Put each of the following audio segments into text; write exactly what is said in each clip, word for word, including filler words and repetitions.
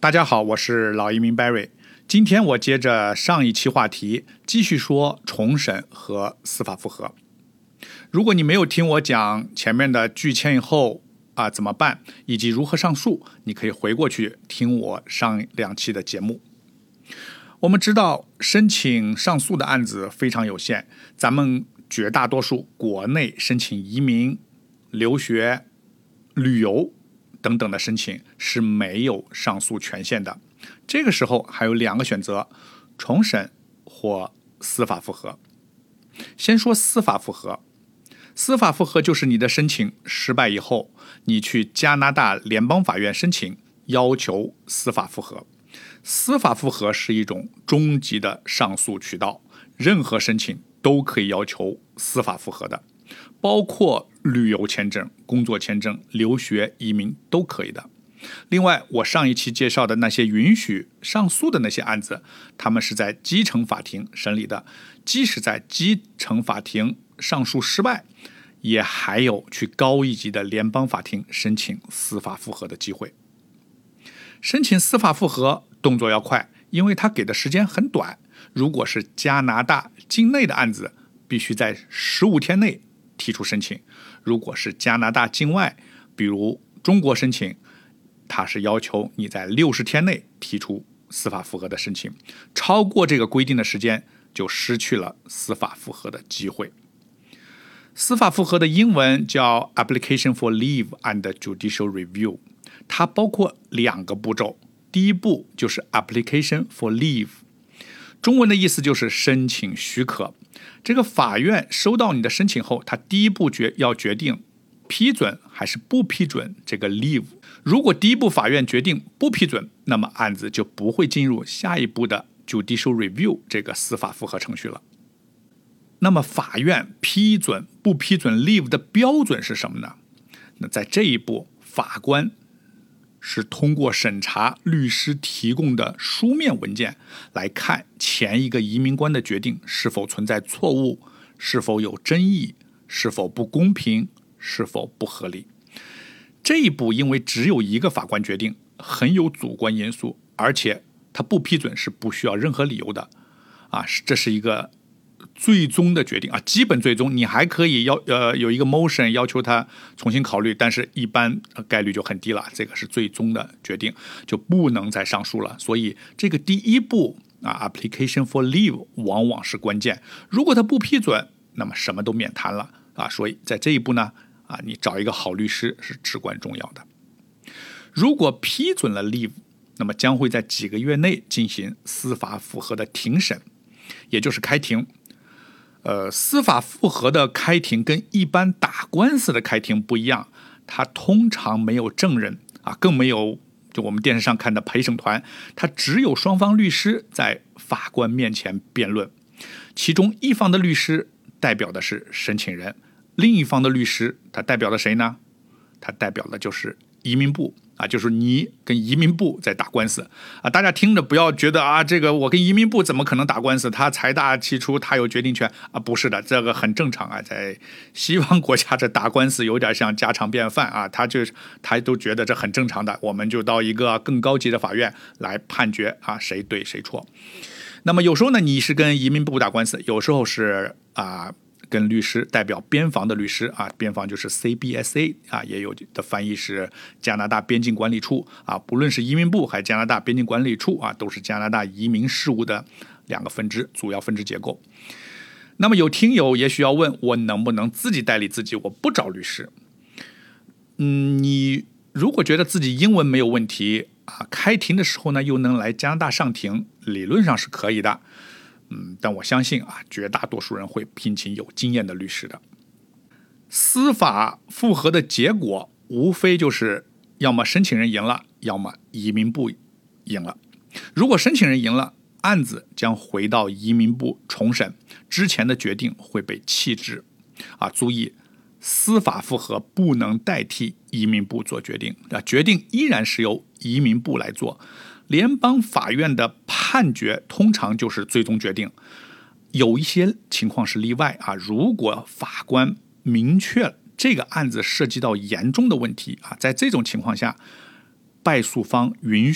大家好，我是老移民 Barry。今天我接着上一期话题，继续说重审和司法复核。如果你没有听我讲前面的拒签以后啊怎么办，以及如何上诉，你可以回过去听我上两期的节目。我们知道申请上诉的案子非常有限，咱们绝大多数国内申请移民、留学、旅游等等的申请是没有上诉权限的。这个时候还有两个选择：重审或司法复核。先说司法复核。司法复核就是你的申请失败以后，你去加拿大联邦法院申请，要求司法复核。司法复核是一种终极的上诉渠道，任何申请都可以要求司法复核的，包括旅游签证、工作签证、留学、移民都可以的。另外，我上一期介绍的那些允许上诉的那些案子，他们是在基层法庭审理的，即使在基层法庭上诉失败，也还有去高一级的联邦法庭申请司法复核的机会。申请司法复核动作要快，因为它给的时间很短。如果是加拿大境内的案子，必须在十五天内提出申请；如果是加拿大境外，比如中国申请，它是要求你在六十天内提出司法复核的申请，超过这个规定的时间，就失去了司法复核的机会。司法复核的英文叫 Application for Leave and Judicial Review， 它包括两个步骤。第一步就是 Application for Leave， 中文的意思就是申请许可。这个法院收到你的申请后，它第一步决要决定批准还是不批准这个 Leave。如果第一步法院决定不批准，那么案子就不会进入下一步的 Judicial Review 这个司法复核程序了。那么法院批准不批准 Leave 的标准是什么呢？那在这一步，法官是通过审查律师提供的书面文件来看前一个移民官的决定是否存在错误，是否有争议，是否不公平，是否不合理。这一步因为只有一个法官决定，很有主观因素，而且他不批准是不需要任何理由的啊，这是一个最终的决定啊，基本最终你还可以要呃有一个 motion 要求他重新考虑，但是一般概率就很低了，这个是最终的决定，就不能再上诉了。所以这个第一步啊 application for leave 往往是关键，如果他不批准，那么什么都免谈了啊。所以在这一步呢啊，你找一个好律师是至关重要的。如果批准了 leave， 那么将会在几个月内进行司法复核的庭审，也就是开庭。呃，司法复核的开庭跟一般打官司的开庭不一样，它通常没有证人啊，更没有就我们电视上看的陪审团，它只有双方律师在法官面前辩论，其中一方的律师代表的是申请人，另一方的律师他代表的谁呢？他代表的就是移民部啊，就是你跟移民部在打官司啊。大家听着不要觉得啊，这个我跟移民部怎么可能打官司？他财大气粗，他有决定权啊？不是的，这个很正常啊，在西方国家这打官司有点像家常便饭啊，他就他都觉得这很正常的，我们就到一个更高级的法院来判决啊，谁对谁错。那么有时候呢，你是跟移民部打官司，有时候是啊。跟律师代表边防的律师啊，边防就是 C B S A 啊，也有的翻译是加拿大边境管理处啊。不论是移民部还是加拿大边境管理处啊，都是加拿大移民事务的两个分支，主要分支结构。那么有听友也许要问，我能不能自己代理自己，我不找律师？嗯，你如果觉得自己英文没有问题啊，开庭的时候呢又能来加拿大上庭，理论上是可以的。嗯，但我相信啊，绝大多数人会聘请有经验的律师的。司法复核的结果无非就是要么申请人赢了，要么移民部赢了。如果申请人赢了，案子将回到移民部重审，之前的决定会被弃之。啊，注意，司法复核不能代替移民部做决定，啊，决定依然是由移民部来做。联邦法院的判决通常就是最终决定，有一些情况是例外啊。如果法官明确这个案子涉及到严重的问题啊，在这种情况下，败诉方允许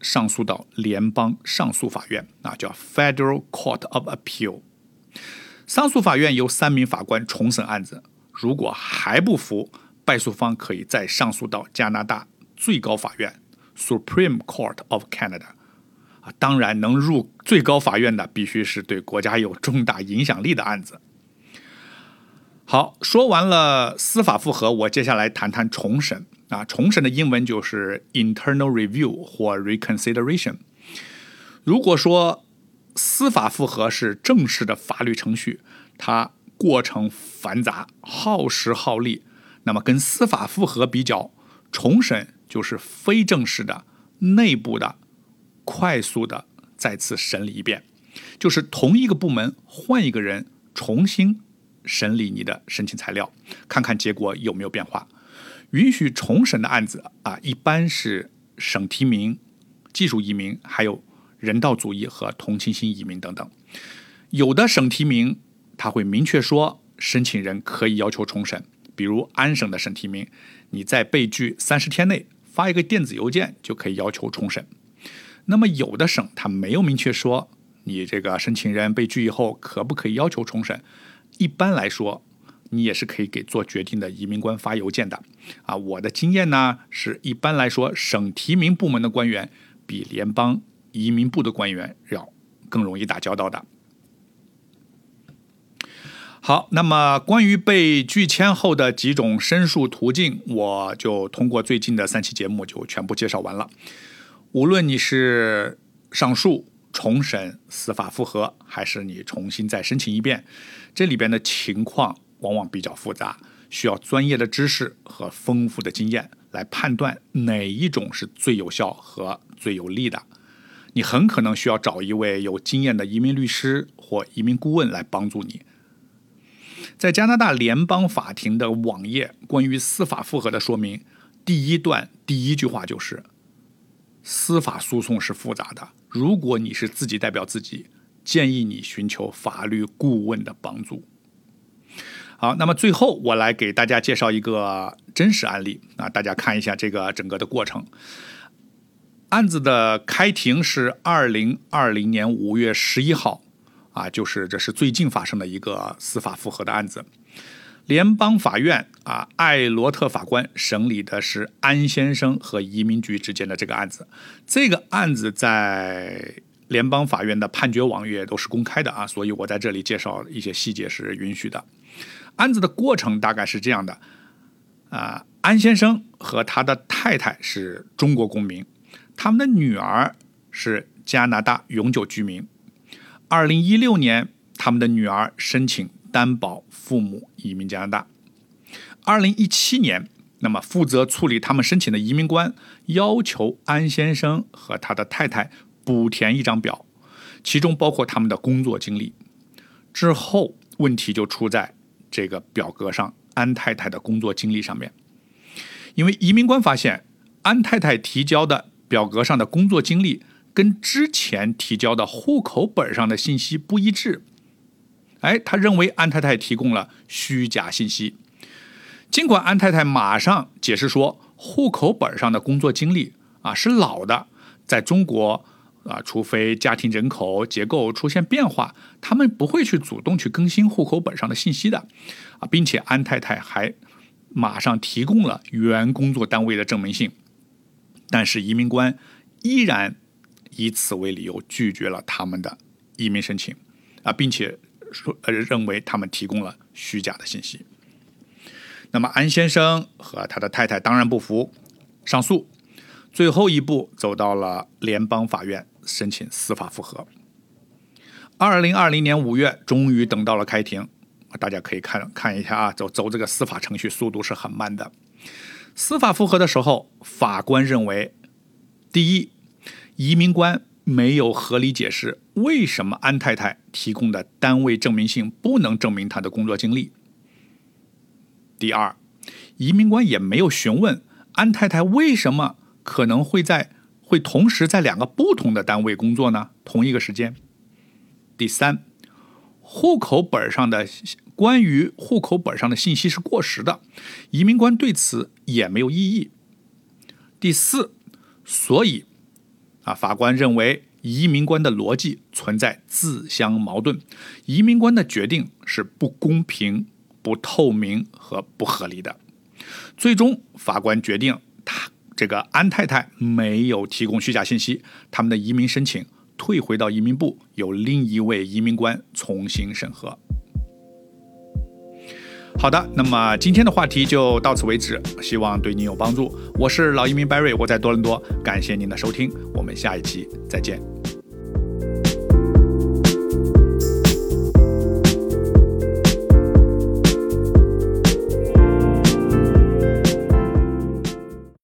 上诉到联邦上诉法院，啊，叫 Federal Court of Appeal。上诉法院由三名法官重审案子，如果还不服，败诉方可以再上诉到加拿大最高法院 Supreme Court of Canada。啊，当然能入最高法院的必须是对国家有重大影响力的案子。好，说完了司法复核，我接下来谈谈重审。啊，重审的英文就是 internal review 或 reconsideration。如果说司法复核是正式的法律程序，它过程繁杂，耗时耗力，那么跟司法复核比较，重审就是非正式的、内部的、快速的再次审理一遍，就是同一个部门换一个人重新审理你的申请材料，看看结果有没有变化。允许重审的案子啊，一般是省提名、技术移民，还有人道主义和同情心移民等等。有的省提名他会明确说申请人可以要求重审，比如安省的省提名，你在被拒三十天内发一个电子邮件就可以要求重审。那么有的省他没有明确说你这个申请人被拒以后可不可以要求重审，一般来说你也是可以给做决定的移民官发邮件的。啊，我的经验呢是一般来说省提名部门的官员比联邦移民部的官员要更容易打交道的。好，那么关于被拒签后的几种申诉途径，我就通过最近的三期节目就全部介绍完了。无论你是上诉、重审、司法复核，还是你重新再申请一遍，这里边的情况往往比较复杂，需要专业的知识和丰富的经验来判断哪一种是最有效和最有利的。你很可能需要找一位有经验的移民律师或移民顾问来帮助你。在加拿大联邦法庭的网页关于司法复核的说明，第一段第一句话就是：司法诉讼是复杂的，如果你是自己代表自己，建议你寻求法律顾问的帮助。好，那么最后我来给大家介绍一个真实案例啊，大家看一下这个整个的过程。案子的开庭是二零二零年五月十一号啊，就是这是最近发生的一个司法复核的案子。联邦法院啊，艾罗特法官审理的是安先生和移民局之间的这个案子。这个案子在联邦法院的判决网页都是公开的啊，所以我在这里介绍一些细节是允许的。案子的过程大概是这样的，啊，安先生和他的太太是中国公民，他们的女儿是加拿大永久居民。二零一六年，他们的女儿申请担保父母移民加拿大。二零一七年，那么负责处理他们申请的移民官要求安先生和他的太太补填一张表，其中包括他们的工作经历。之后问题就出在这个表格上安太太的工作经历上面，因为移民官发现安太太提交的表格上的工作经历跟之前提交的户口本上的信息不一致。哎，他认为安太太提供了虚假信息。尽管安太太马上解释说，户口本上的工作经历啊是老的，在中国啊，除非家庭人口结构出现变化，他们不会去主动去更新户口本上的信息的啊，并且安太太还马上提供了原工作单位的证明信，但是移民官依然以此为理由拒绝了他们的移民申请啊，并且说呃认为他们提供了虚假的信息。那么安先生和他的太太当然不服，上诉，最后一步走到了联邦法院申请司法复核。二零二零年五月，终于等到了开庭，大家可以看看一下啊，走走这个司法程序速度是很慢的。司法复核的时候，法官认为，第一，移民官没有合理解释为什么安太太提供的单位证明信不能证明她的工作经历。第二，移民官也没有询问安太太为什么可能会在会同时在两个不同的单位工作呢？同一个时间。第三，户口本上的关于户口本上的信息是过时的，移民官对此也没有异议。第四，所以啊，法官认为移民官的逻辑存在自相矛盾，移民官的决定是不公平、不透明和不合理的。最终，法官决定他这个安太太没有提供虚假信息，他们的移民申请退回到移民部，由另一位移民官重新审核。好的，那么今天的话题就到此为止，希望对您有帮助。我是老移民 Barry， 我在多伦多，感谢您的收听，我们下一期再见。